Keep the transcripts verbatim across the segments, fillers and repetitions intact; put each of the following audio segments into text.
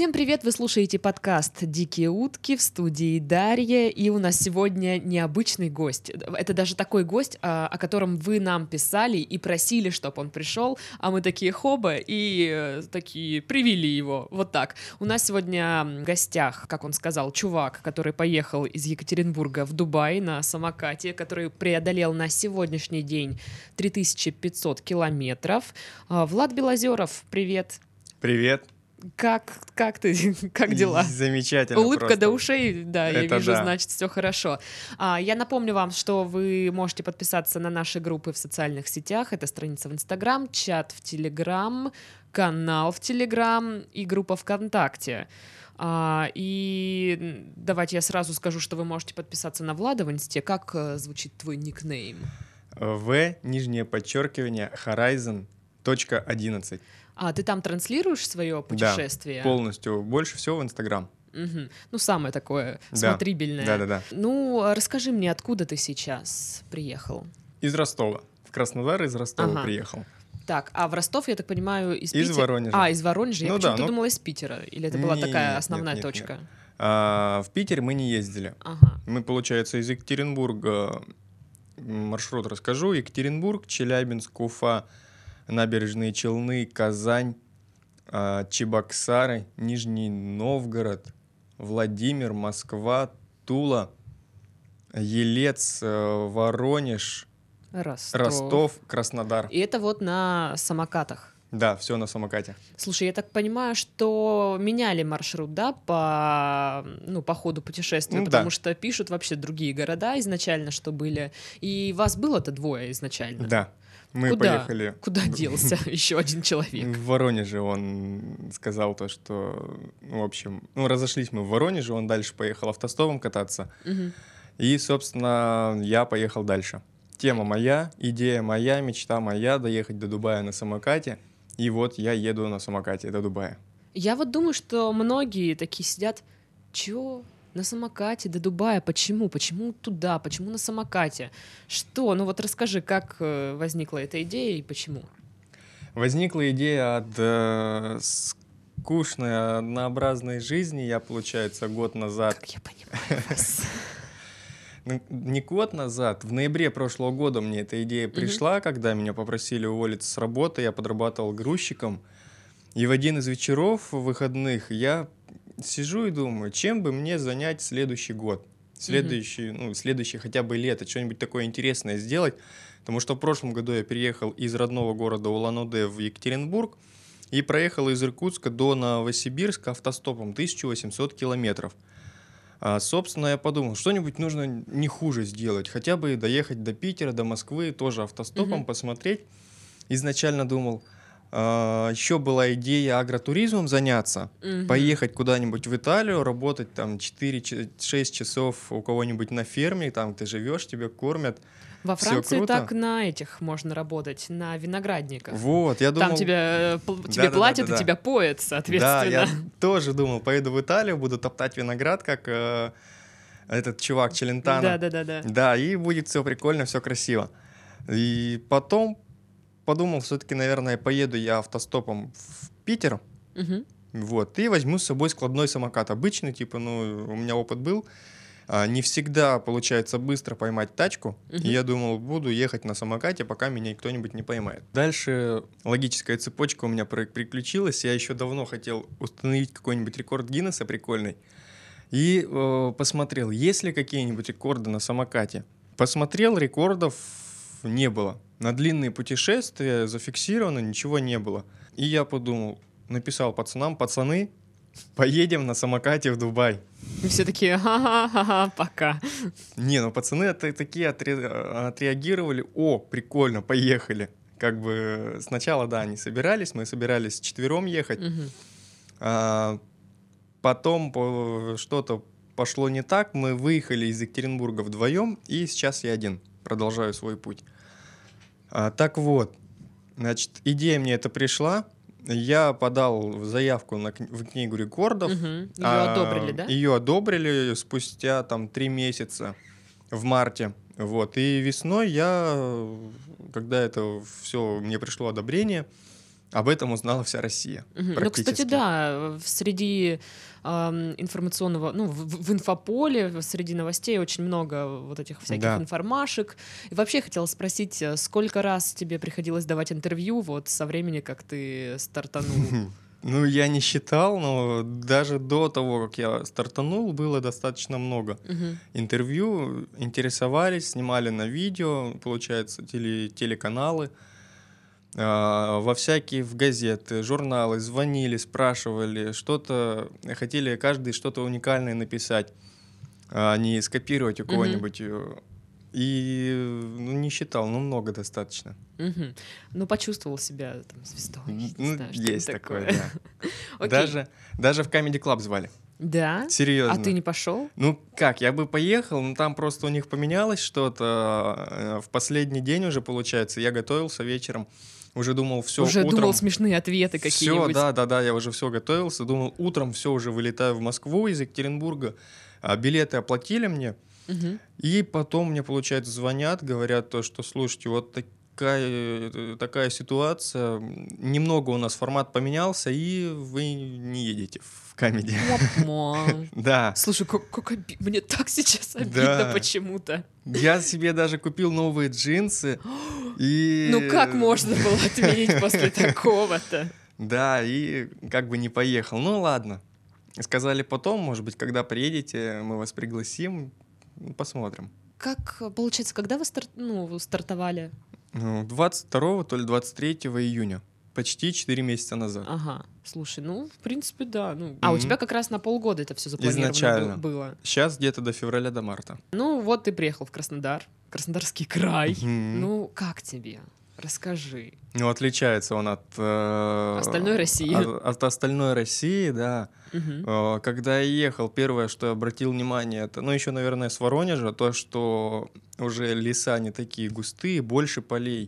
Всем привет! Вы слушаете подкаст «Дикие утки», в студии Дарья, и у нас сегодня необычный гость. Это даже такой гость, о котором вы нам писали и просили, чтобы он пришел, а мы такие хоба и такие привели его. Вот так. У нас сегодня в гостях, как он сказал, чувак, который поехал из Екатеринбурга в Дубай на самокате, который преодолел на сегодняшний день три тысячи пятьсот километров. Влад Белозеров, привет! Привет! Как, как ты? Как дела? Замечательно. Улыбка просто. до ушей, да, я Это вижу, да. значит, все хорошо. А, я напомню вам, что вы можете подписаться на наши группы в социальных сетях. Это страница в Инстаграм, чат в Телеграм, канал в Телеграм и группа ВКонтакте. А, и давайте я сразу скажу, что вы можете подписаться на Влада в Инсте. Как э, звучит твой никнейм? В, нижнее подчеркивание, Horizon точка одиннадцать. А, ты там транслируешь свое путешествие? Да, полностью. Больше всего в Инстаграм. Угу. Ну, самое такое Да. смотрибельное. Да-да-да. Ну, расскажи мне, откуда ты сейчас приехал? Из Ростова. В Краснодар из Ростова Ага. приехал. Так, а в Ростов, я так понимаю, из, Из Питера? Воронежа. А, из Воронежа? Я Ну почему-то да, ну- думала из Питера. Или это была Нет, такая основная нет, нет, точка? А, в Питер мы не ездили. Ага. Мы, получается, из Екатеринбурга, маршрут расскажу, Екатеринбург, Челябинск, Уфа, Набережные Челны, Казань, а, Чебоксары, Нижний Новгород, Владимир, Москва, Тула, Елец, э, Воронеж, Ростов. Ростов, Краснодар. И это вот на самокатах. Да, все на самокате. Слушай, я так понимаю, что меняли маршрут, да, по, ну, по ходу путешествия, Ну, потому да. что пишут вообще другие города изначально, что были. И вас было-то двое изначально. Да, мы Куда? поехали. Куда делся еще один человек? В Воронеже он сказал то, что, ну, в общем, ну, разошлись мы в Воронеже, он дальше поехал автостопом кататься, Мгм. и, собственно, я поехал дальше. Тема моя, идея моя, мечта моя — доехать до Дубая на самокате, и вот я еду на самокате до Дубая. Я вот думаю, что многие такие сидят, чё, на самокате до Дубая, почему, почему туда, почему на самокате, что, ну вот расскажи, как э, возникла эта идея и почему? Возникла идея от э, скучной, однообразной жизни. Я, получается, год назад, Как я понимаю вас. ну, не год назад, в ноябре прошлого года мне эта идея пришла, когда меня попросили уволиться с работы, я подрабатывал грузчиком. И в один из вечеров выходных я сижу и думаю, чем бы мне занять следующий год, следующий, ну, следующий хотя бы лето, что-нибудь такое интересное сделать. Потому что в прошлом году я переехал из родного города Улан-Удэ в Екатеринбург и проехал из Иркутска до Новосибирска автостопом тысячу восемьсот километров. А, собственно, я подумал, что-нибудь нужно не хуже сделать, хотя бы доехать до Питера, до Москвы, тоже автостопом Мгм. посмотреть. Изначально думал, а, еще была идея агротуризмом заняться, Мгм. поехать куда-нибудь в Италию, работать там четыре-шесть часов у кого-нибудь на ферме, там ты живешь, тебя кормят. Во Всё Франции круто. так на этих можно работать, на виноградниках. Вот, я думал... Там тебя, э, пл- тебе Да-да-да-да-да. платят и тебя поят, Да, соответственно. я тоже думал, поеду в Италию, буду топтать виноград, как э, этот чувак Челентано. Да-да-да-да. Да, и будет все прикольно, все красиво. И потом подумал, все-таки, наверное, поеду я автостопом в Питер, Мгм. вот, и возьму с собой складной самокат. Обычный, типа, ну, у меня опыт был. А, не всегда получается быстро поймать тачку. Мгм. И я думал, буду ехать на самокате, пока меня кто-нибудь не поймает. Дальше логическая цепочка у меня при- приключилась. Я еще давно хотел установить какой-нибудь рекорд Гиннесса прикольный. И э, посмотрел, есть ли какие-нибудь рекорды на самокате. Посмотрел, рекордов не было. На длинные путешествия зафиксировано, ничего не было. И я подумал, написал пацанам, пацаны, поедем на самокате в Дубай. И все такие, ха-ха-ха, пока. Не, ну пацаны это такие отре- отреагировали, о, прикольно, поехали. Как бы сначала, да, они собирались, мы собирались четвером ехать, Мгм. а потом по- что-то пошло не так, мы выехали из Екатеринбурга вдвоем, и сейчас я один, продолжаю свой путь. А, так вот, значит, идея мне эта пришла, я подал заявку на, кни- в книгу рекордов. Мгм. Её а, одобрили, да? Ее одобрили спустя там три месяца в марте. Вот. И весной я, когда это все, мне пришло одобрение, об этом узнала вся Россия. Мгм. Ну, кстати, Практически. да, в- среди ам, информационного, ну, в, в инфополе, в- среди новостей очень много вот этих всяких Да. информашек. И вообще я хотела спросить, э, сколько раз тебе приходилось давать интервью вот со времени, как ты стартанул? Ну, я не считал, но даже до того, как я стартанул, было достаточно много Мгм. интервью. Интересовались, снимали на видео, получается, теле- телеканалы. А, во всякие в газеты, журналы звонили, спрашивали, что-то хотели каждый что-то уникальное написать, а не скопировать у Мгм. кого-нибудь. э, И ну, не считал, но много достаточно. Мгм. Ну, почувствовал себя там звездой, не Ну, знаю, что-нибудь есть такое, такое. да. Окей. Даже, даже в Comedy Club звали. Да? А Серьезно. ты не пошел? Ну как, я бы поехал, но там просто у них поменялось что-то. э, В последний день уже, получается, я готовился вечером, уже думал, все, Уже утром... думал смешные ответы Все, какие-нибудь. да, да, да, я уже все готовился, думал, утром все, уже вылетаю в Москву из Екатеринбурга, а, билеты оплатили мне, Мгм. и потом мне, получается, звонят, говорят то, что, слушайте, вот такая, э, такая ситуация, м, немного у нас формат поменялся, и вы не едете в Камеди. Муа. Да, Слушай, как, как оби- мне так сейчас обидно Да. почему-то. я себе даже купил новые джинсы, и... Ну как можно было отменить после такого-то? Да, и как бы не поехал. Ну ладно. Сказали потом, может быть, когда приедете, мы вас пригласим, ну, посмотрим. Как, э, получается, когда вы старт- ну, стартовали? Ну, двадцать второго, то ли двадцать третьего июня. Почти четыре месяца назад. Ага, слушай, ну, в принципе, да. Ну, а у Мгм. тебя как раз на полгода это все запланировано Изначально. был- было. Сейчас где-то до февраля, до марта. Ну, вот ты приехал в Краснодар, Краснодарский край. Мгм. Ну, как тебе? Расскажи. Ну, отличается он от... э, Остальной России. От, от остальной России, да. Мгм. Э, Когда я ехал, первое, что я обратил внимание, это, ну, еще, наверное, с Воронежа, то, что уже леса не такие густые, больше полей.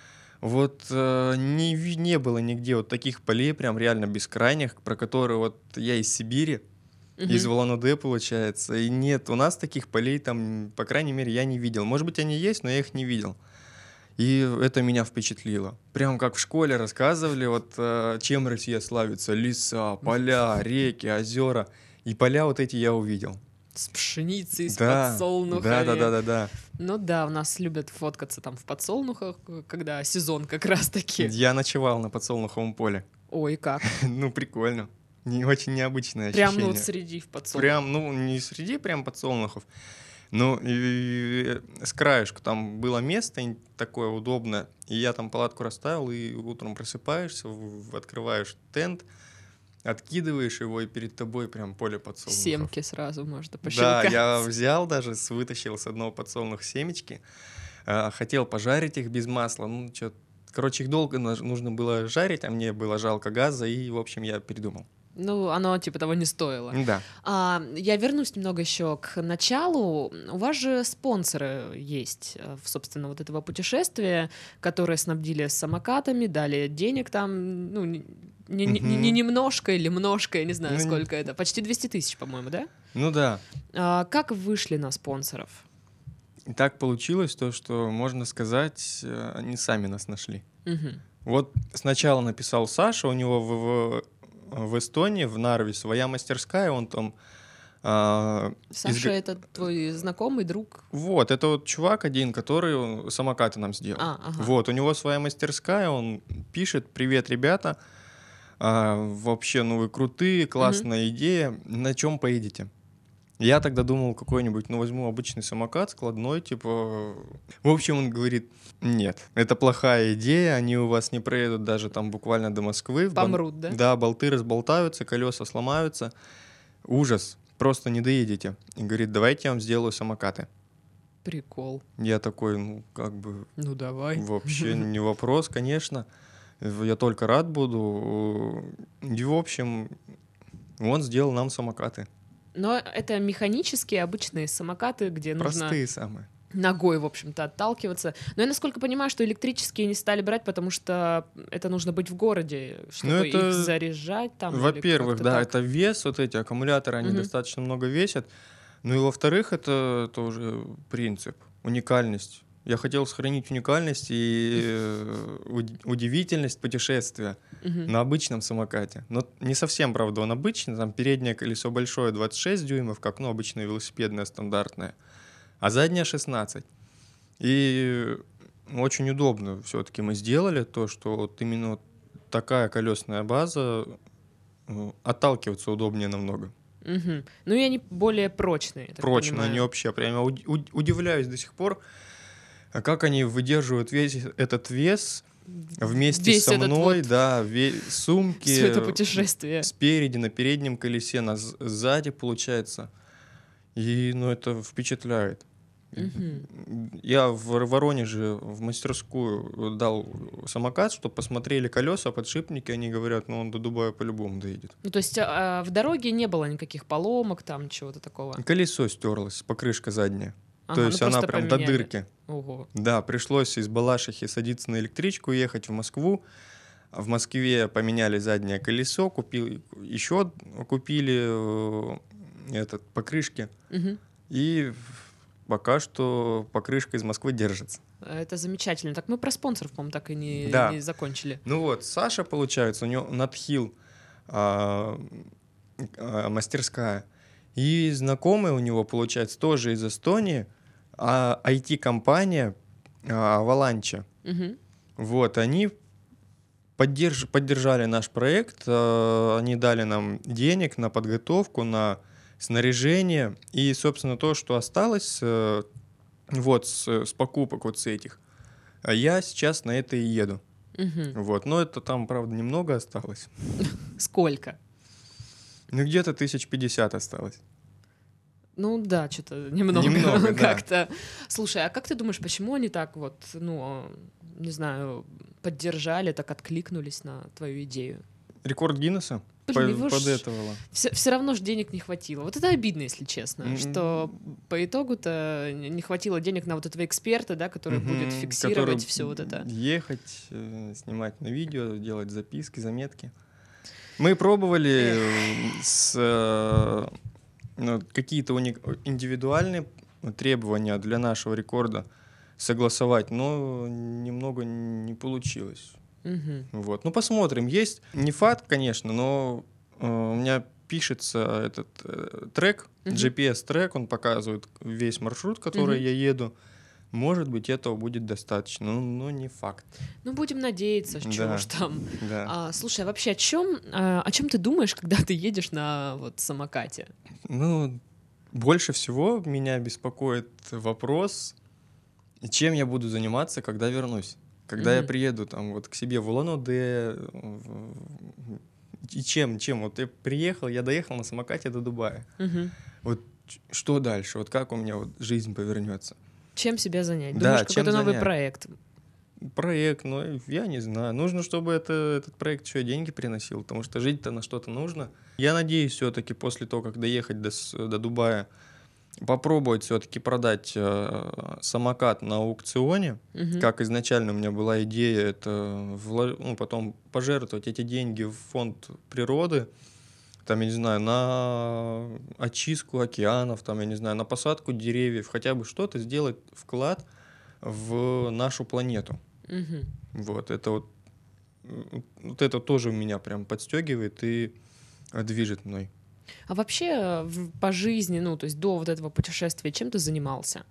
Вот э, не, ви- не было нигде вот таких полей, прям реально бескрайних, про которые вот я из Сибири, из Мгм. Улан-Удэ, получается, и нет, у нас таких полей там, по крайней мере, я не видел. Может быть, они есть, но я их не видел. И это меня впечатлило. Прям как в школе рассказывали, вот э, чем Россия славится: леса, поля, реки, озера. И поля вот эти я увидел. С пшеницей, с Да, подсолнухами. да, да, да, да, да. Ну да, у нас любят фоткаться там в подсолнухах, э, когда сезон как раз-таки. Я ночевал на подсолнуховом поле. Ой, как? Ну, прикольно. Не очень необычное Прям ощущение. ну вот среди в подсолнухах. Прям, ну, не среди прям подсолнухов, но и, и с краешку там было место ин- такое удобное, и я там палатку расставил, и утром просыпаешься, в- в- открываешь тент, откидываешь его, и перед тобой прям поле подсолнухов. Семки сразу можно Да, пощелкать. я взял даже, с- вытащил с одного подсолнуха семечки, а, хотел пожарить их без масла, ну, чё, короче, их долго наж- нужно было жарить, а мне было жалко газа, и, в общем, я передумал. Ну, оно типа того не стоило. Да. А, я вернусь немного еще к началу. У вас же спонсоры есть, э, в, собственно, вот этого путешествия, которые снабдили самокатами, дали денег там, ну, не, не- не- не Мгм. немножко или множко, я не знаю, Ну, не- сколько это. Почти двести тысяч, по-моему, да? Ну да. А, как вышли на спонсоров? И так получилось то, что, можно сказать, э, они сами нас нашли. Мгм. Вот сначала написал Саша, у него в, в- в Эстонии, в Нарве, своя мастерская, он там... а, Саша — изго- это твой знакомый, друг? Вот, это вот чувак один, который самокаты нам сделал. А, ага. Вот, у него своя мастерская, он пишет: «Привет, ребята, а, вообще, ну вы крутые, классная идея, на чем поедете?» Я тогда думал, какой-нибудь, ну, возьму обычный самокат, складной, типа... В общем, он говорит: нет, это плохая идея, они у вас не проедут даже там буквально до Москвы. в Бон- Помрут, да? Да, болты разболтаются, колеса сломаются. Ужас, просто не доедете. И говорит: давайте я вам сделаю самокаты. Прикол. Я такой, ну, как бы, Ну, давай. вообще не вопрос, конечно. Я только рад буду. И, в общем, он сделал нам самокаты. Но это механические обычные самокаты, где нужно Простые самые. ногой, в общем-то, отталкиваться. Но я, насколько понимаю, что электрические не стали брать, потому что это нужно быть в городе, чтобы это, их заряжать там. или Во-первых, как-то да, так. это вес, вот эти аккумуляторы, они Мгм. достаточно много весят. Ну и во-вторых, это тоже принцип, уникальность. Я хотел сохранить уникальность и э, уд- удивительность путешествия Мгм. на обычном самокате. Но не совсем, правда, он обычный. Там переднее колесо большое, двадцать шесть дюймов, как, ну, обычное велосипедное, стандартное. А заднее шестнадцать. И очень удобно все-таки мы сделали то, что вот именно вот такая колесная база, э, отталкиваться удобнее намного. Мгм. Ну и они более прочные, я так Прочно, они понимаю. вообще. Прямо уд- уд- удивляюсь до сих пор, а как они выдерживают весь этот вес вместе Весь со этот мной, вот, да, ве- сумки все это э, путешествие. спереди, на переднем колесе, на з- сзади, получается. И, ну, это впечатляет. Мгм. Я в Р- Воронеже в мастерскую дал самокат, чтобы посмотрели колеса, подшипники. Они говорят, ну, он до Дубая по-любому доедет. Ну, то есть а, в дороге не было никаких поломок, там чего-то такого. Колесо стерлось, покрышка задняя. Ага, То ну есть она просто прям до поменяли. дырки. Ого. Да, пришлось из Балашихи садиться на электричку, ехать в Москву. В Москве поменяли заднее колесо, купили, еще купили э, этот, покрышки. Мгм. И пока что покрышка из Москвы держится. Это замечательно. Так мы про спонсоров, по-моему, так и не, Да. не закончили. Ну вот, Саша, получается, у него Надхил а, а, мастерская. И знакомый у него, получается, тоже из Эстонии, а, ай ти-компания а, Avalanche. Мгм. Вот, они поддерж- поддержали наш проект, э, они дали нам денег на подготовку, на снаряжение, и, собственно, то, что осталось, э, вот, с, с покупок вот с этих, а я сейчас на это и еду. Мгм. Вот, но это там, правда, немного осталось. Сколько? Ну, где-то тысяч пятьдесят осталось. Ну да, что-то немного, Немного, да. как-то. Слушай, а как ты думаешь, почему они так вот, ну, не знаю, поддержали, так откликнулись на твою идею? Рекорд Гиннесса Блин, по- его ж подэтовало. Все, все равно же денег не хватило. Вот это обидно, если честно, М. что по итогу-то не хватило денег на вот этого эксперта, да, который будет Мгм, фиксировать который все вот это. Ехать, э, снимать на видео, делать записки, заметки. Мы пробовали э, с, э, ну, какие-то уни- индивидуальные требования для нашего рекорда согласовать, но немного не получилось. Мгм. Вот. Ну, посмотрим. Есть не факт, конечно, но э, у меня пишется этот э, трек, Мгм. джи пи эс-трек, он показывает весь маршрут, который Мгм. я еду. Может быть, этого будет достаточно, но, но не факт. Ну, будем надеяться, чего Да. ж там. Да. А, слушай, а вообще о чем, о чем ты думаешь, когда ты едешь на вот самокате? Ну, больше всего меня беспокоит вопрос, чем я буду заниматься, когда вернусь. Когда я Мгм. приеду там вот к себе в Улан-Удэ, в- и чем, чем? Вот я приехал, я доехал на самокате до Дубая. Мгм. Вот ч- что дальше? Вот как у меня вот жизнь повернется? Чем себя занять? Да, Думаешь, чем какой-то новый занять? проект? Проект, ну, я не знаю. Нужно, чтобы это, этот проект еще и деньги приносил, потому что жить-то на что-то нужно. Я надеюсь все-таки после того, как доехать до, с- до Дубая, попробовать все-таки продать э, самокат на аукционе. Мгм. Как изначально у меня была идея, это вла- ну, потом пожертвовать эти деньги в фонд природы, там, я не знаю, на очистку океанов, там, я не знаю, на посадку деревьев, хотя бы что-то сделать, вклад в нашу планету. Мгм. Вот, это вот, м, вот это тоже меня прям подстегивает и э, движет мной. А вообще э, в- по жизни, ну, то есть до вот этого путешествия, чем ты занимался?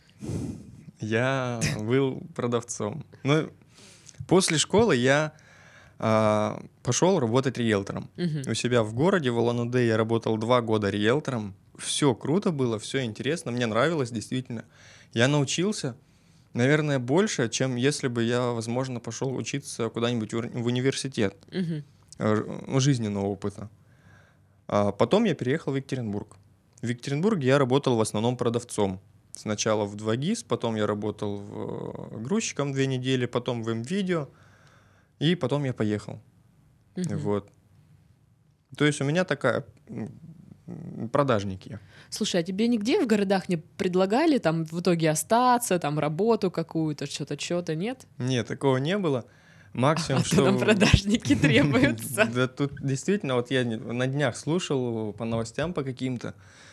Я был продавцом. Ну, после школы я а, пошел работать риэлтором. Мгм. У себя в городе, в Улан-Удэ, я работал два года риэлтором. Все круто было, все интересно, мне нравилось действительно. Я научился, наверное, больше, чем если бы я, возможно, пошел учиться куда-нибудь в ур- в университет Мгм. э, ж- жизненного опыта. А потом я переехал в Екатеринбург. В Екатеринбурге я работал в основном продавцом. Сначала в два гис, потом я работал в, э, грузчиком две недели, потом в М-видео, и потом я поехал. Мгм. Вот. То есть у меня такая м, продажник я. Слушай, а тебе нигде в городах не предлагали там в итоге остаться, там работу какую-то, что-то, что-то, нет? Нет, такого не было. Максимум, А то что... нам продажники требуются. Да тут действительно, вот я не- на днях слушал по новостям по каким-то,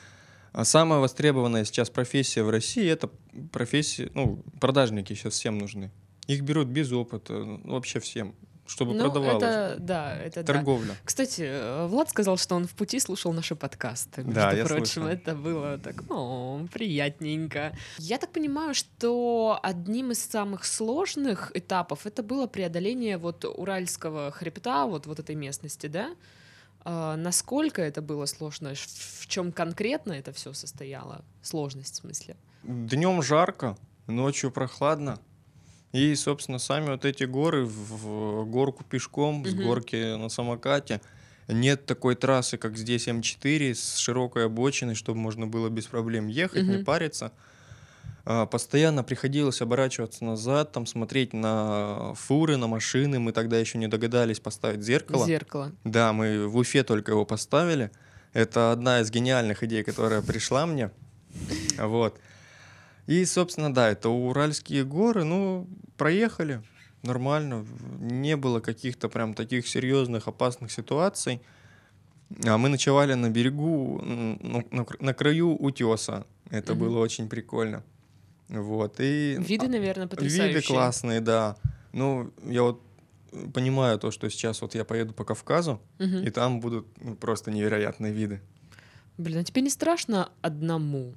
А самая востребованная сейчас профессия в России — это профессия, ну, продажники сейчас всем нужны. Их берут без опыта, ну, вообще всем, чтобы Ну, продавалось. это да, это да. Торговля. Кстати, э, Влад сказал, что он в пути слушал наши подкасты. Между Да, я прочим, слышал. это было так, о, приятненько. Я так понимаю, что одним из самых сложных этапов это было преодоление вот Уральского хребта, вот, вот этой местности, да? А насколько это было сложно? Ш- В чем конкретно это все состояло? Сложность, в смысле? Днем жарко, ночью прохладно. И, собственно, сами вот эти горы, в горку пешком, с Мгм. горки на самокате. Нет такой трассы, как здесь эм четыре, с широкой обочиной, чтобы можно было без проблем ехать, не Мгм. париться. А, Постоянно приходилось оборачиваться назад, там смотреть на фуры, на машины. Мы тогда еще не догадались поставить зеркало. Зеркало. Да, мы в Уфе только его поставили. Это одна из гениальных идей, которая пришла мне. Вот. И, собственно, да, это Уральские горы, ну, проехали нормально, в- не было каких-то прям таких серьезных опасных ситуаций. А мы ночевали на берегу, м, ну, на, кр- на краю утеса. Это Мгм. было очень прикольно. Вот. И Виды, наверное, виды потрясающие. классные, да. Ну, я вот э, понимаю то, что сейчас вот я поеду по Кавказу, Мгм. и там будут ну, просто невероятные виды. Блин, а тебе не страшно одному?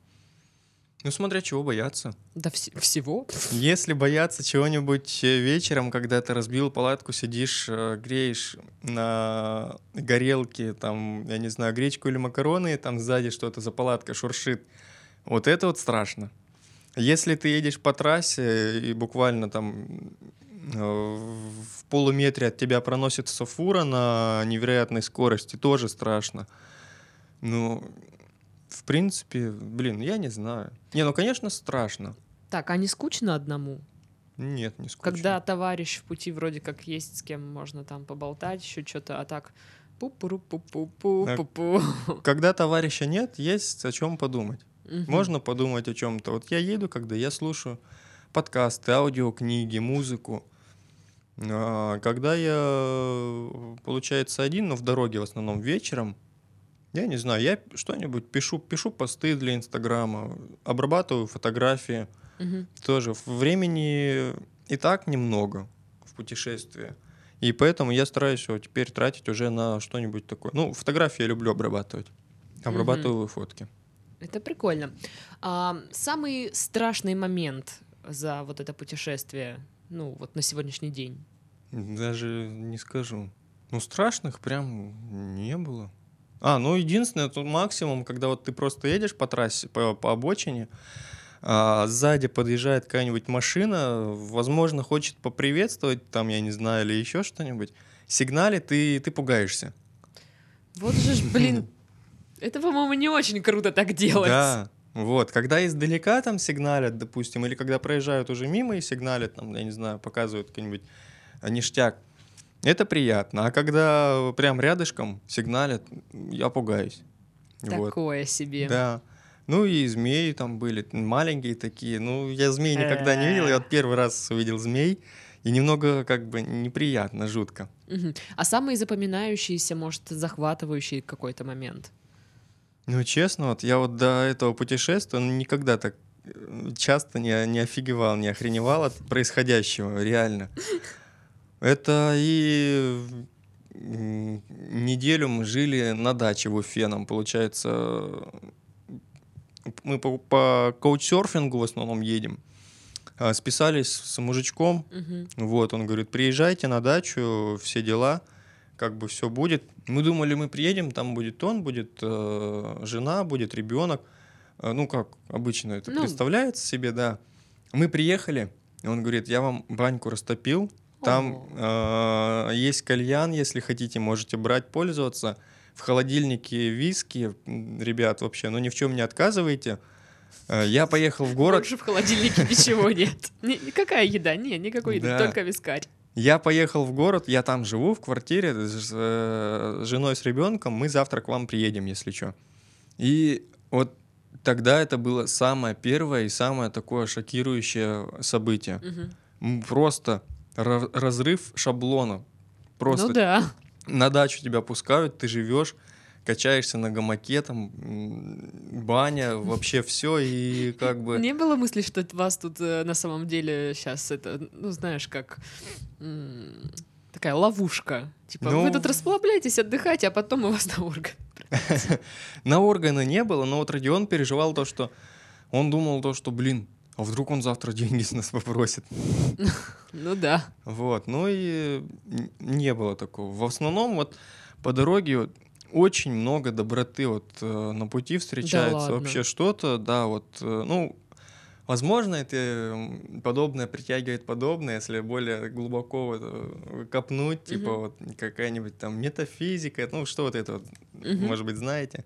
Ну, смотря чего бояться. Да вс- всего? Если бояться чего-нибудь э, вечером, когда ты разбил палатку, сидишь, э, греешь на горелке, там, я не знаю, гречку или макароны, и там сзади что-то за палаткой шуршит, вот это вот страшно. Если ты едешь по трассе и буквально там э, в полуметре от тебя проносится фура на невероятной скорости, тоже страшно. Ну, в принципе, блин, я не знаю. Не, ну, конечно, страшно. Так, а не скучно одному? Нет, не скучно. Когда товарищ в пути вроде как есть, с кем можно там поболтать, еще что-то, а так пу-пу-пу-пу-пу-пу. Когда товарища нет, есть о чем подумать. Мгм. Можно подумать о чем-то. Вот я еду, когда я слушаю подкасты, аудиокниги, музыку. А, Когда я, получается, один, но в дороге в основном вечером, я не знаю, я что-нибудь пишу, пишу посты для Инстаграма, обрабатываю фотографии. Мгм. Тоже времени и так немного в путешествии. И поэтому я стараюсь его теперь тратить уже на что-нибудь такое. Ну, фотографии я люблю обрабатывать. Обрабатываю фотки. Это прикольно. А, самый страшный момент за вот это путешествие, ну, вот на сегодняшний день? Даже не скажу. Ну, страшных прям не было. А, ну, единственное, тут максимум, когда вот ты просто едешь по трассе, по, по обочине, а сзади подъезжает какая-нибудь машина, возможно, хочет поприветствовать, там, я не знаю, или еще что-нибудь, сигналит, и ты пугаешься. Вот же ж, блин, это, по-моему, не очень круто так делать. Да, вот, когда издалека там сигналят, допустим, или когда проезжают уже мимо и сигналят, там, я не знаю, показывают какой-нибудь а, ништяк, это приятно. А когда прям рядышком сигналят, я пугаюсь. Вот, Такое себе. да. Ну и змеи там были, маленькие такие. Ну, я змей никогда не видел, я вот первый раз увидел змей, и немного как бы неприятно, жутко. Мгм. А самый запоминающийся, может, захватывающий какой-то момент? Ну, честно, вот я вот до этого путешествия ну, никогда так э, часто не, не офигевал, не охреневал от происходящего, реально. Это и м, неделю мы жили на даче в Уфе, нам, получается, мы по, по каучсерфингу в основном едем. А, Списались с мужичком, Мгм. вот, он говорит, приезжайте на дачу, все дела, как бы все будет. Мы думали, мы приедем, там будет он, будет э, жена, будет ребенок. Э, ну, как обычно это Ну. представляется себе, да. Мы приехали, и он говорит, я вам баньку растопил, там э, есть кальян, если хотите, можете брать, пользоваться. В холодильнике виски, м, ребят, вообще, ну ни в чем не отказывайте. Э, Я поехал в город. Больше в холодильнике ничего нет. Ни- Никакая еда, не, никакой еды, Да. только вискарь. Я поехал в город, я там живу в квартире с э, женой, с ребенком, мы завтра к вам приедем, если что. И вот тогда это было самое первое и самое такое шокирующее событие. Мгм. М, Просто ра- разрыв шаблона. Просто Ну да. на дачу тебя пускают, ты живешь, качаешься на гамаке, там, баня, вообще все, и как бы... Не было мысли, что вас тут на самом деле сейчас это, ну, знаешь, как м- такая ловушка. Типа, Ну... вы тут расслабляйтесь, отдыхайте, а потом мы вас на органы. На органы не было, но вот Родион переживал то, что... Он думал то, что, блин, а вдруг он завтра деньги с нас попросит? Ну да. Вот, ну и не было такого. В основном вот по дороге вот очень много доброты вот э, на пути встречается, Да вообще что-то, да, вот, э, ну, возможно, это подобное притягивает подобное, если более глубоко вот, э, копнуть, типа Мгм. вот какая-нибудь там метафизика, ну, что вот это вот, Мгм. может быть, знаете.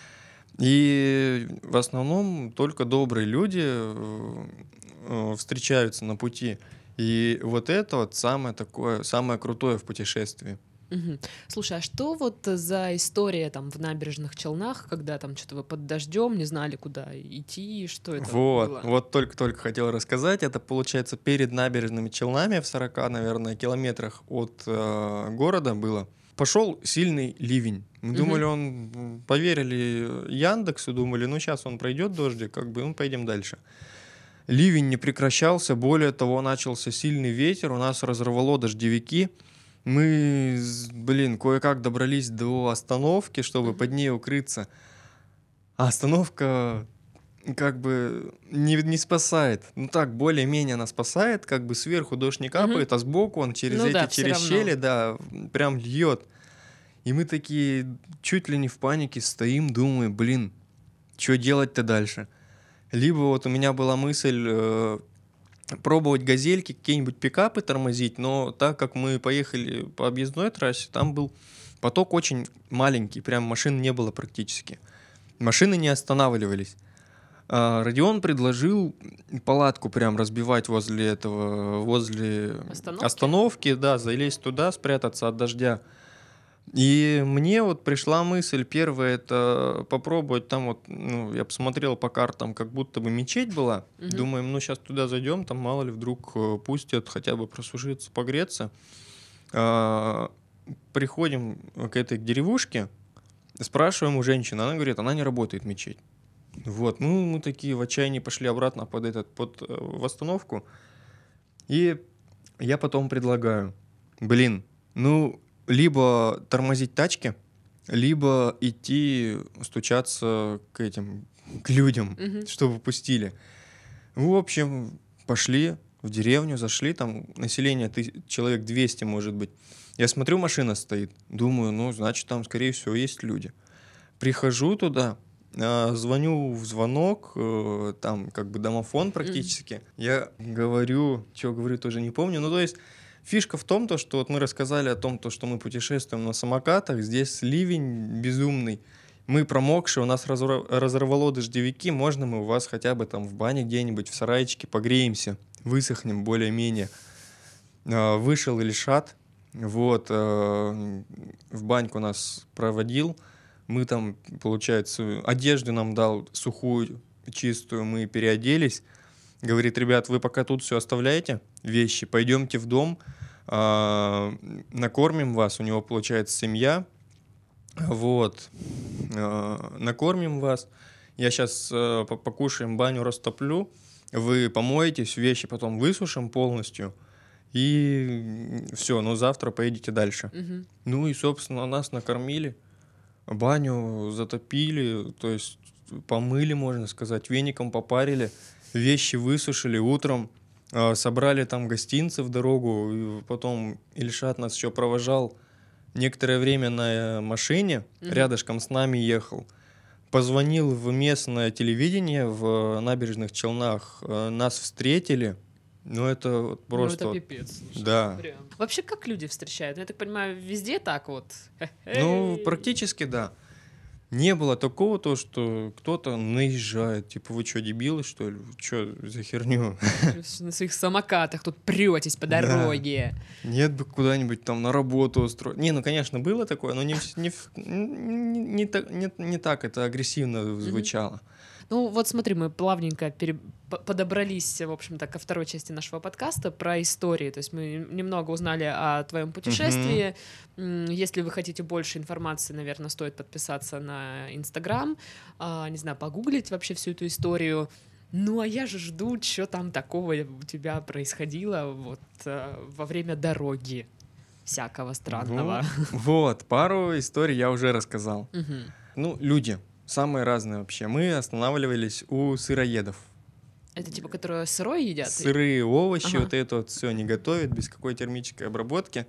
И в основном только добрые люди э, э, встречаются на пути. И вот это вот самое такое, самое крутое в путешествии. Мгм. Слушай, а что вот за история там в Набережных Челнах, когда там что-то вы под дождем не знали, куда идти, что это Вот, было? вот только-только хотел рассказать. Это получается перед набережными Челнами в сорока, наверное, километрах от э, города было. Пошел сильный ливень. Мы Мгм. думали, он м, поверили Яндексу, думали, ну сейчас он пройдет дождик, как бы, ну пойдем дальше. Ливень не прекращался, более того, начался сильный ветер, у нас разорвало дождевики. Мы, с- блин, кое-как добрались до остановки, чтобы Мгм. под ней укрыться. А остановка как бы не, не спасает. Ну так, более-менее она спасает, как бы сверху дождь не Мгм. капает, а сбоку он через Ну эти, да, всё через равно. щели, да, прям льет. И мы такие чуть ли не в панике стоим, думаем, блин, что делать-то дальше? Либо вот у меня была мысль э, пробовать газельки, какие-нибудь пикапы тормозить, но так как мы поехали по объездной трассе, там был поток очень маленький, прям машин не было практически. Машины не останавливались. А, Родион предложил палатку прям разбивать возле этого, возле Остановки? остановки, да, залезть туда, спрятаться от дождя. И мне вот пришла мысль, первая, это попробовать там вот, ну, я посмотрел по картам, как будто бы мечеть была. Мгм. Думаем, ну, сейчас туда зайдем, там мало ли вдруг э, пустят хотя бы просушиться, погреться. А, Приходим к этой деревушке, спрашиваем у женщины, она говорит, она не работает, мечеть. Вот, ну, мы такие в отчаянии пошли обратно под этот, под э, в остановку. И я потом предлагаю, блин, ну, либо тормозить тачки, либо идти стучаться к этим, к людям, Мгм. чтобы пустили. В общем, пошли в деревню, зашли, там население ты, человек двести, может быть. Я смотрю, машина стоит. Думаю, ну, значит, там, скорее всего, есть люди. Прихожу туда, а, звоню в звонок, э, там как бы домофон практически. Я говорю, что говорю, тоже не помню. Ну, то есть фишка в том, то, что вот мы рассказали о том, то, что мы путешествуем на самокатах, здесь ливень безумный. Мы промокшие, у нас разор- разорвало дождевики, можно мы у вас хотя бы там в бане где-нибудь, в сарайчике погреемся, высохнем более-менее. А, Вышел Ильшат, вот, э, в баньку нас проводил, мы там, получается, одежду нам дал сухую, чистую, мы переоделись. Говорит, ребят, вы пока тут все оставляете, вещи, пойдемте в дом, а, накормим вас, у него, получается, семья, вот, а, накормим вас, я сейчас покушаем, баню растоплю, вы помоетесь, вещи потом высушим полностью, и все, ну завтра поедете дальше. Мгм. Ну и, собственно, нас накормили, баню затопили, то есть помыли, можно сказать, веником попарили, вещи высушили утром, а, собрали там гостинцы в дорогу, и потом Ильшат нас еще провожал некоторое время на э, машине, Мгм. рядышком с нами ехал, позвонил в местное телевидение в Набережных Челнах, э, нас встретили, ну это вот Ну, просто это вот, пипец, слушай. да. Прям. Вообще, как люди встречают? Ну, я так понимаю, везде так вот. Ну, Эй. практически да. Не было такого, то, что кто-то наезжает, типа, вы что, дебилы, что ли? Что за херню? На своих самокатах тут претесь по Да. дороге. Нет бы куда-нибудь там на работу устроить. Не, ну, конечно, было такое, но не, вс- не, в- не, не так, не, не так это агрессивно звучало. Ну вот смотри, мы плавненько пере... подобрались, в общем-то, ко второй части нашего подкаста про истории. То есть мы немного узнали о твоем путешествии. Mm-hmm. Если вы хотите больше информации, наверное, стоит подписаться на Инстаграм, не знаю, погуглить вообще всю эту историю. Ну, а я же жду, что там такого у тебя происходило вот во время дороги всякого странного. Вот, вот пару историй я уже рассказал. Uh-huh. Ну, люди самые разные вообще. Мы останавливались у сыроедов. Это типа, которые сырое едят? Сырые овощи, ага. вот это вот все они готовят без какой термической обработки.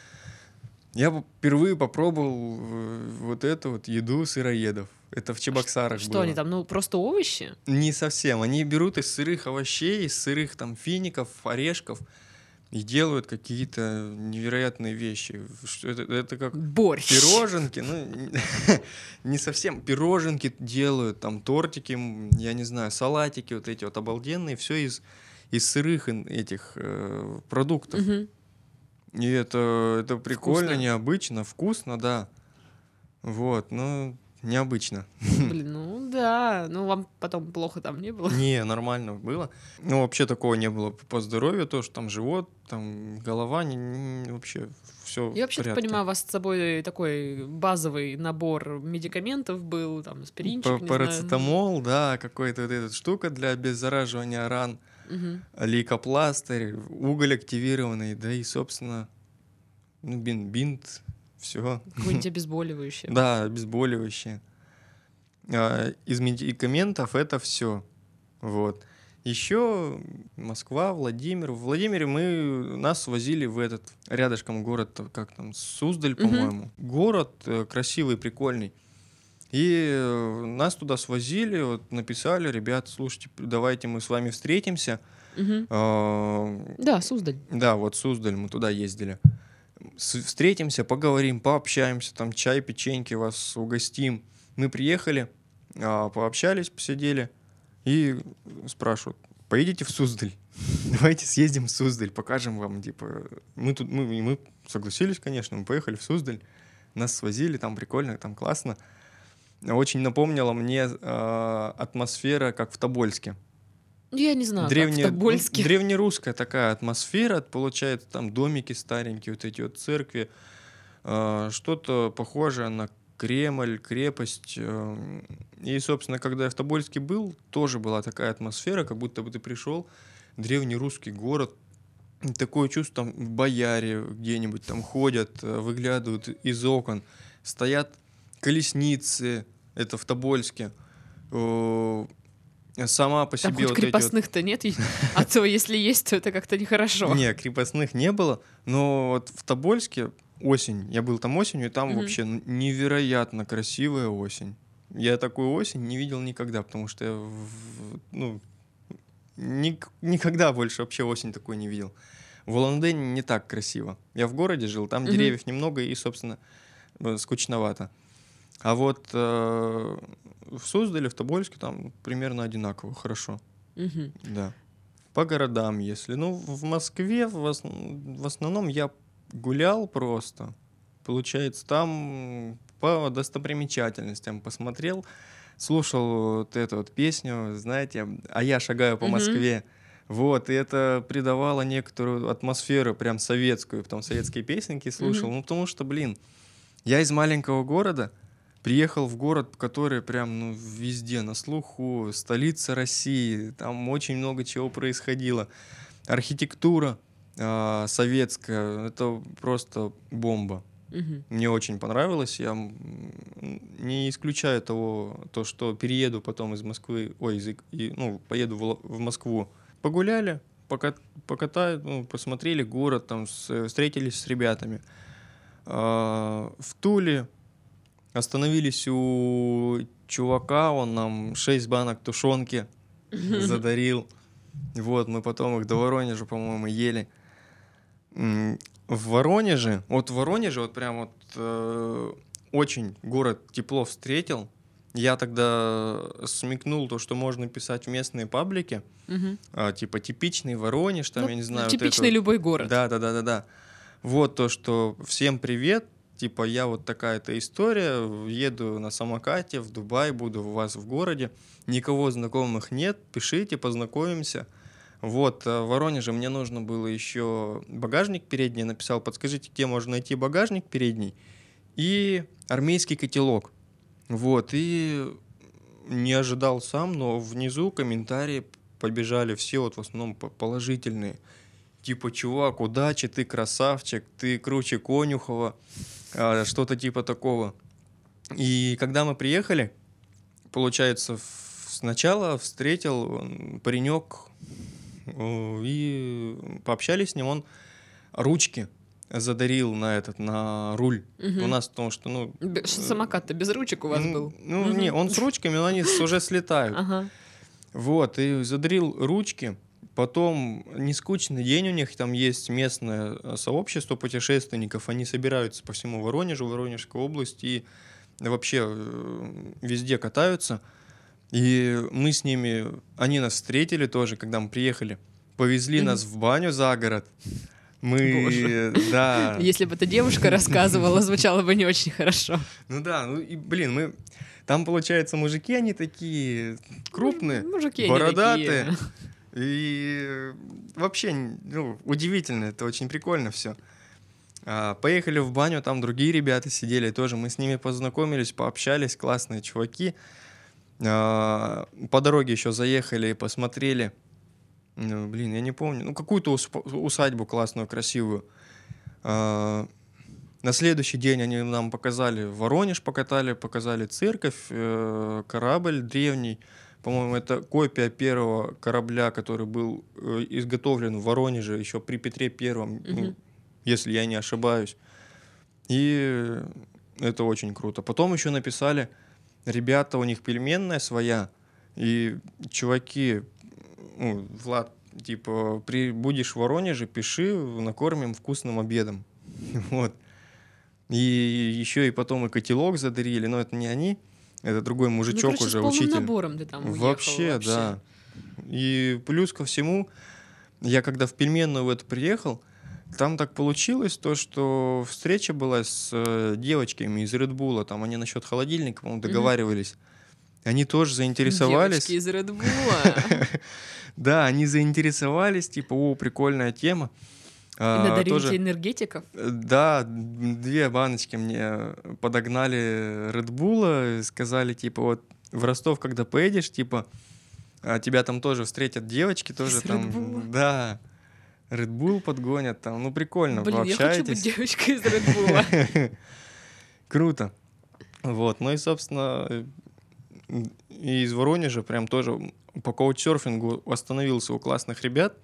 Я впервые попробовал вот эту вот еду сыроедов. Это в Чебоксарах Что было. Что они там, ну просто овощи? Не совсем. Они берут из сырых овощей, из сырых там фиников, орешков и делают какие-то невероятные вещи. Это, это как борщ. Пироженки, ну не совсем. Пироженки делают, там тортики, я не знаю, салатики вот эти вот обалденные, все из из сырых этих э, продуктов. Угу. И это это прикольно, вкусно. Необычно, вкусно, да. Вот, ну необычно. Блин, ну да, ну вам потом плохо там не было? Не, нормально было. Ну вообще такого не было по здоровью, то что там живот, там голова, не, не, вообще все. Я вообще понимаю, у вас с собой такой базовый набор медикаментов был, там аспиринчик, не Парацетамол, знаю. да, какой-то вот эта штука для обеззараживания ран, угу. лейкопластырь, уголь активированный, да и собственно, ну бин, бинт. Все. Какое-нибудь обезболивающее. Да, обезболивающее. А, из медикаментов это все. Вот. Еще Москва, Владимир. В Владимире мы нас возили в этот рядышком город, как там, Суздаль, по-моему. Uh-huh. Город э, красивый, прикольный. И э, нас туда свозили, вот, написали, ребят, слушайте, давайте мы с вами встретимся. Uh-huh. А, да, Суздаль. Да, вот Суздаль, мы туда ездили. Встретимся, поговорим, пообщаемся, там чай, печеньки вас угостим. Мы приехали, пообщались, посидели и спрашивают, поедете в Суздаль? Давайте съездим в Суздаль, покажем вам, типа, мы тут, мы, мы согласились, конечно, мы поехали в Суздаль, нас свозили, там прикольно, там классно. Очень напомнила мне э, атмосфера, как в Тобольске. Я не знаю, Древне, как в Тобольске. Древнерусская такая атмосфера, получается, там домики старенькие, вот эти вот церкви, э, что-то похожее на Кремль, крепость. Э, и, собственно, когда я в Тобольске был, тоже была такая атмосфера, как будто бы ты пришел, древнерусский город, такое чувство, там бояре где-нибудь там ходят, выглядывают из окон, стоят колесницы, это в Тобольске, э, сама по там себе хоть вот крепостных-то вот... нет, а то если есть, то это как-то нехорошо. Не, крепостных не было, но вот в Тобольске осень, я был там осенью, и там mm-hmm. вообще невероятно красивая осень. Я такую осень не видел никогда, потому что я ну, ни, никогда больше вообще осень такой не видел. В Улан-Удэ не так красиво. Я в городе жил, там mm-hmm. деревьев немного и, собственно, скучновато. А вот э, в Суздале, в Тобольске там примерно одинаково, хорошо. Угу. Да. По городам, если. Ну, в Москве в, ос- в основном я гулял просто. Получается, там по достопримечательностям посмотрел, слушал вот эту вот песню, знаете, «А я шагаю по Москве». Вот, и это придавало некоторую атмосферу прям советскую, потом советские песенки слушал. Ну, потому что, блин, я из маленького города приехал в город, который прям ну, везде на слуху, столица России, там очень много чего происходило. Архитектура э, советская, это просто бомба. Угу. Мне очень понравилось, я не исключаю того, то, что перееду потом из Москвы, ой, из, и, ну, поеду в, в Москву. Погуляли, пока, покатали, ну, посмотрели город, там, с, встретились с ребятами. А, в Туле остановились у чувака, он нам шесть банок тушенки задарил. Вот, мы потом их до Воронежа, по-моему, ели. В Воронеже, вот в Воронеже вот прям вот э, очень город тепло встретил. Я тогда смекнул то, что можно писать в местные паблики, угу. а, типа типичный Воронеж, там, ну, я не знаю. Типичный вот любой город. Да, да, да, да, да. Вот то, что всем привет, типа, я вот такая-то история, еду на самокате в Дубай, буду у вас в городе, никого знакомых нет, пишите, познакомимся. Вот, в Воронеже мне нужно было еще багажник передний, написал, подскажите, где можно найти багажник передний и армейский котелок. Вот, и не ожидал сам, но внизу комментарии побежали все, вот в основном положительные. Типа, чувак, удачи, ты красавчик, ты круче Конюхова, а, что-то типа такого. И когда мы приехали, получается, сначала встретил паренек, и пообщались с ним, он ручки задарил на этот, на руль. Угу. У нас потому что, ну... Самокат-то без ручек у вас ну, был? Ну, угу. не, он с ручками, но они уже слетают. Ага. Вот, и задарил ручки. Потом нескучный день у них, там есть местное сообщество путешественников, они собираются по всему Воронежу, Воронежской области, и вообще везде катаются. И мы с ними, они нас встретили тоже, когда мы приехали, повезли mm-hmm. нас в баню за город. Мы, Боже. Да. Если бы эта девушка рассказывала, звучало бы не очень хорошо. Ну да, ну и, блин, мы... Там, получается, мужики, они такие крупные, мужики бородатые. Такие. И вообще, ну, удивительно, это очень прикольно все. А, поехали в баню, там другие ребята сидели тоже, мы с ними познакомились, пообщались, классные чуваки. А, по дороге еще заехали, посмотрели, ну, блин, я не помню, ну, какую-то усадьбу классную, красивую. А, на следующий день они нам показали Воронеж, покатали, показали церковь, э, корабль древний. По-моему, это копия первого корабля, который был э, изготовлен в Воронеже еще при Петре Первом, uh-huh. ну, если я не ошибаюсь. И это очень круто. Потом еще написали, ребята, у них пельменная своя, и чуваки, ну, Влад, типа, при, будешь в Воронеже, пиши, накормим вкусным обедом. Вот. И еще и потом и котелок задарили, но это не они. Это другой мужичок, ну, короче, уже с полным учитель. Набором ты там уехал, вообще, вообще, да. И плюс ко всему, я когда в пельменную в эту приехал, там так получилось то, что встреча была с э, девочками из Red Bull, там они насчет холодильника, по-моему, договаривались. Mm-hmm. Они тоже заинтересовались. Девочки из Red Bull. Да, они заинтересовались, типа, о, прикольная тема. И надарили тебе энергетиков? Да, две баночки мне подогнали Red Bull, сказали, типа, вот в Ростов, когда поедешь, типа, тебя там тоже встретят девочки, тоже С там, Red Bull. да, Red Bull подгонят, там, ну, прикольно, Блин, пообщаетесь. я хочу быть девочкой из Red Bull. Круто. Вот, ну и, собственно, и из Воронежа прям тоже по каучсерфингу остановился у классных ребят.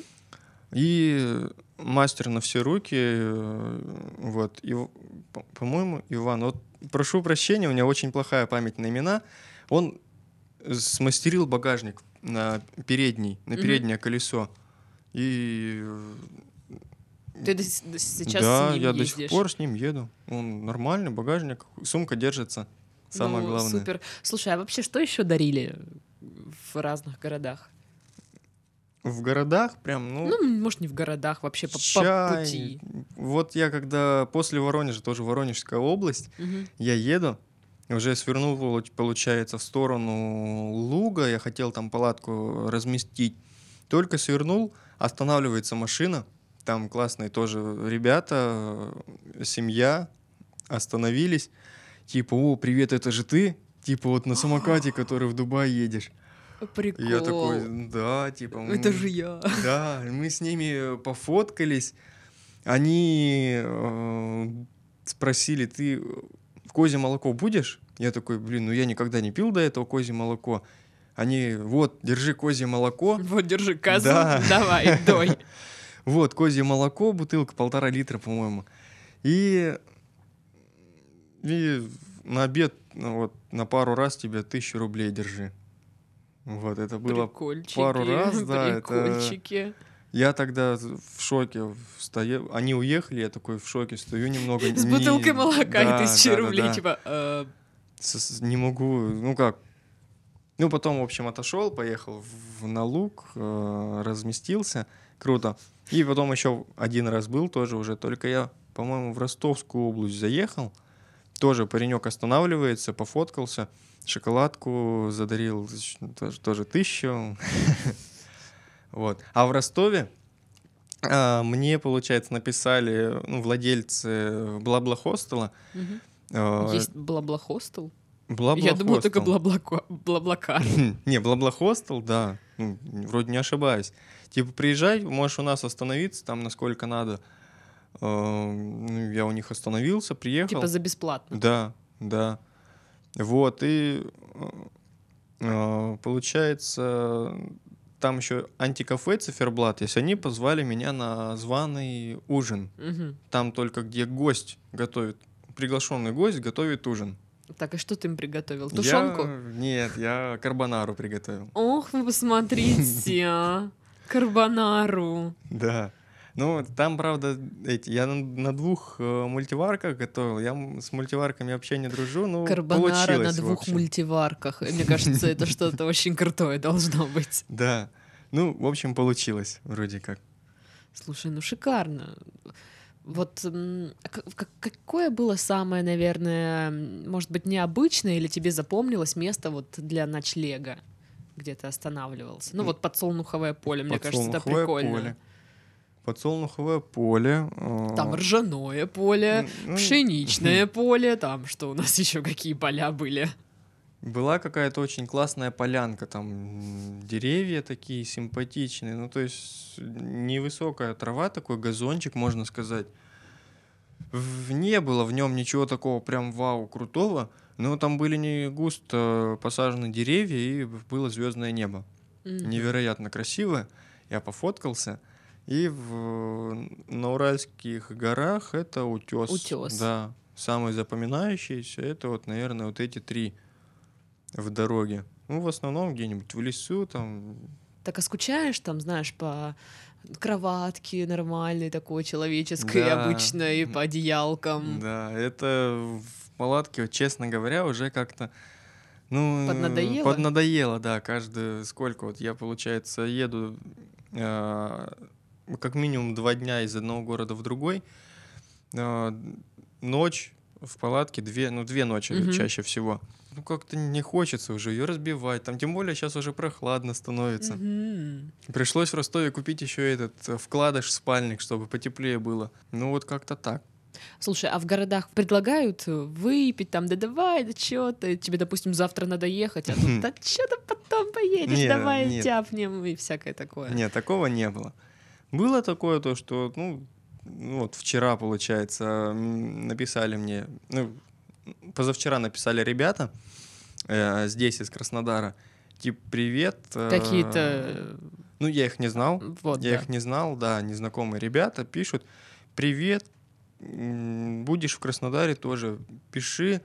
И мастер на все руки, вот, и, по-моему, Иван, вот, прошу прощения, у меня очень плохая память на имена, он смастерил багажник на передний, на переднее mm-hmm. колесо, и... Ты до, до, сейчас да, с ним я ездишь? до сих пор с ним еду, он нормальный багажник, сумка держится, самое ну, главное. Супер. Слушай, а вообще что еще дарили в разных городах? В городах прям, ну... Ну, может, не в городах, вообще по, чай. по пути. Вот я когда после Воронежа, тоже Воронежская область, угу. я еду, уже свернул, получается, в сторону Луга, я хотел там палатку разместить. Только свернул, останавливается машина, там классные тоже ребята, семья, остановились. Типа, о, привет, это же ты? Типа вот на самокате, который в Дубай едешь. Прикол. И я такой, да, типа... Это мы, же я. Да, мы с ними пофоткались. Они э, спросили, ты козье молоко будешь? Я такой, блин, ну я никогда не пил до этого козье молоко. Они, вот, держи козье молоко. Вот, держи козу, да. Давай, дой. Вот, козье молоко, бутылка, полтора литра, по-моему. И, и на обед, ну, вот, на пару раз тебе тысячу рублей держи. Вот, это было пару раз, да. Прикольчики. Это... Я тогда в шоке стою. Они уехали, я такой в шоке стою немного. С не... бутылкой молока да, и тысячи да, рублей, да, да. типа... Э... С- не могу, ну как. Ну, потом, в общем, отошел, поехал в, на Луг, э, разместился. Круто. И потом еще один раз был тоже уже, только я по-моему, в Ростовскую область заехал. Тоже паренек останавливается, пофоткался, шоколадку задарил, тоже, тоже тысячу. Вот. А в Ростове а, мне, получается, написали ну, владельцы Бла-Бла-хостела. Мгм. а, Есть Бла-Бла-хостел? Я Бла-Бла-хостел. думала, только Бла-Бла-ко- Бла-Блакар. Не, Бла-Бла-хостел, да. Ну, вроде не ошибаюсь. Типа, приезжай, можешь у нас остановиться там, насколько надо. А, ну, Я у них остановился, приехал. Типа за бесплатно. Да, да. Вот, и э, получается, там еще антикафе «Циферблат» есть. Они позвали меня на званый ужин. Мгм. Там только где гость готовит, приглашенный гость готовит ужин. Так, и что ты им приготовил? Тушенку? Я... Нет, я карбонару приготовил. Ох, вы посмотрите, а. Карбонару. Да. Ну, там, правда, эти, я на, на двух э, мультиварках готовил. Я м- с мультиварками вообще не дружу, ну, Карбонара на получилось, в двух общем. мультиварках. Мне кажется, это что-то очень крутое должно быть. Да. Ну, в общем, получилось вроде как. Слушай, ну шикарно. Вот м, а к- к- какое было самое, наверное, м, может быть, необычное или тебе запомнилось место вот для ночлега, где ты останавливался? Ну М, вот подсолнуховое поле, мне кажется, это Подсолнуховое прикольно. поле. Подсолнуховое поле. Там э, ржаное поле, м, ну, пшеничное поле, там что у нас еще какие поля были? Была какая-то очень классная полянка, там м, деревья такие симпатичные, ну то есть невысокая трава, такой газончик, можно сказать. В- Не было в нем ничего такого прям вау крутого, но там были не густо посажены деревья и было звездное небо. Мгм. Невероятно красиво. Я пофоткался. И в, на Уральских горах это утес. Утес. Да, самый запоминающийся это вот, наверное, вот эти три в дороге. Ну, в основном где-нибудь в лесу, там. Так а скучаешь там, знаешь, по кроватке нормальной такой человеческой, Да, обычной, м, по одеялкам? да, это в палатке, вот, честно говоря, уже как-то, ну, э, Поднадоело? поднадоело, да, каждый, сколько вот я, получается, еду э, как минимум два дня из одного города в другой, э, ночь в палатке, две, ну, две ночи Мгм. чаще всего. Ну, как-то не хочется уже ее разбивать, там, тем более сейчас уже прохладно становится. Мгм. Пришлось в Ростове купить еще этот э, вкладыш, спальник, чтобы потеплее было. Ну, вот как-то так. Слушай, а в городах предлагают э, выпить там, да давай, да чё ты, тебе, допустим, завтра надо ехать, а тут, да чё ты потом поедешь, Не, давай нет. тяпнем и всякое такое. Нет, такого не было. Было такое то, что, ну, ну вот вчера, получается, м, написали мне, ну, позавчера написали ребята э, здесь, из Краснодара, типа, привет. э, Какие-то, Ну, я их не знал, э, вот, я да. их не знал, да, незнакомые ребята пишут, привет, м, будешь в Краснодаре тоже, пиши,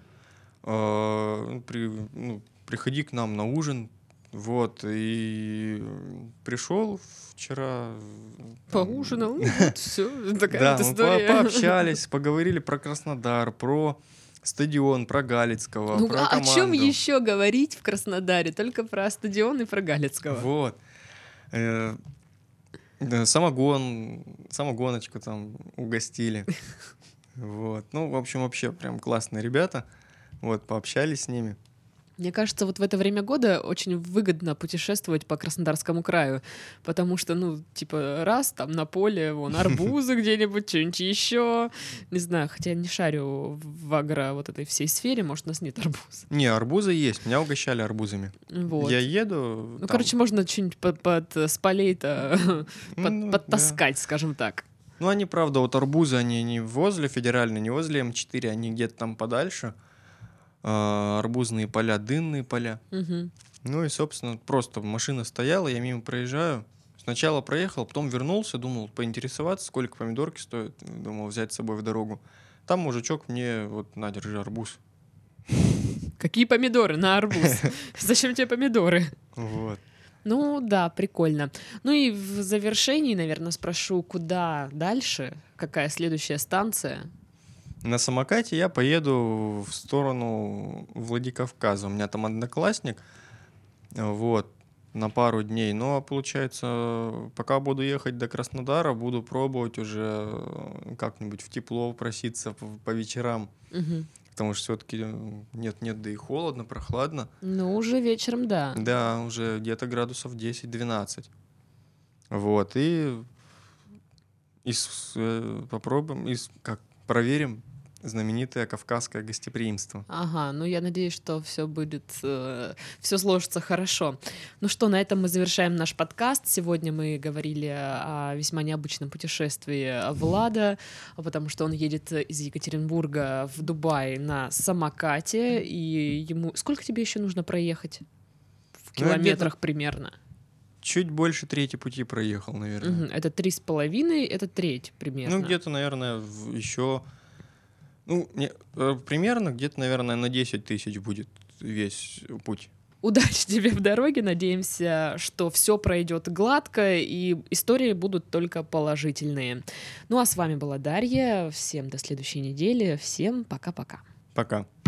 э, при- ну, приходи к нам на ужин, вот, и пришел вчера. там, Поужинал, ну вот все, такая Да, вот мы по- история. пообщались, поговорили про Краснодар, про стадион, про Галицкого, Ну, про а о чем команду. еще говорить в Краснодаре? Только про стадион и про Галицкого. Вот. Э, да, самогон, самогоночку там угостили. Вот. Ну, в общем, вообще прям классные ребята. Вот, пообщались с ними. Мне кажется, вот в это время года очень выгодно путешествовать по Краснодарскому краю, потому что, ну, типа, раз там на поле, вон, арбузы где-нибудь, что-нибудь еще, не знаю, хотя я не шарю в агро вот этой всей сфере, может, у нас нет арбуза. Не, арбузы есть, меня угощали арбузами. Вот. Я еду. Ну, там, короче, можно что-нибудь под, под с полей-то под- ну, подтаскать, скажем так. Ну, они, правда, вот арбузы, они не возле федеральной, не возле эм четыре, они где-то там подальше. А, арбузные поля, дынные поля. Мгм. Ну и, собственно, просто машина стояла, я мимо проезжаю. Сначала проехал, потом вернулся, думал поинтересоваться, сколько помидорки стоят. Думал взять с собой в дорогу. Там мужичок мне, вот, на, держи арбуз. Какие помидоры на арбуз? Зачем тебе помидоры? Вот. Ну да, прикольно. Ну и в завершении, наверное, спрошу, куда дальше? Какая следующая станция? На самокате я поеду в сторону Владикавказа. У меня там одноклассник. Вот. на пару дней. Но, получается, пока буду ехать до Краснодара, буду пробовать уже э, как-нибудь в тепло проситься по, по вечерам. Мгм. Потому что все-таки нет-нет, да и холодно, прохладно. Ну, уже вечером, да. Да, уже где-то градусов десять-двенадцать. Вот, и, и с- э, попробуем, и с- как, проверим знаменитое кавказское гостеприимство. Ага, ну я надеюсь, что все будет, все сложится хорошо. Ну что, на этом мы завершаем наш подкаст. Сегодня мы говорили о весьма необычном путешествии Влада, потому что он едет из Екатеринбурга в Дубай на самокате, и ему... Сколько тебе еще нужно проехать? В Ну, я километрах примерно. Чуть больше трети пути проехал, наверное. Мгм, это три с половиной, это треть примерно. Ну, где-то, наверное, в- еще... Ну, не- э, примерно где-то, наверное, на десять тысяч будет весь путь. Удачи тебе в дороге. Надеемся, что все пройдет гладко и истории будут только положительные. Ну а с вами была Дарья. Всем до следующей недели. Всем пока-пока. Пока.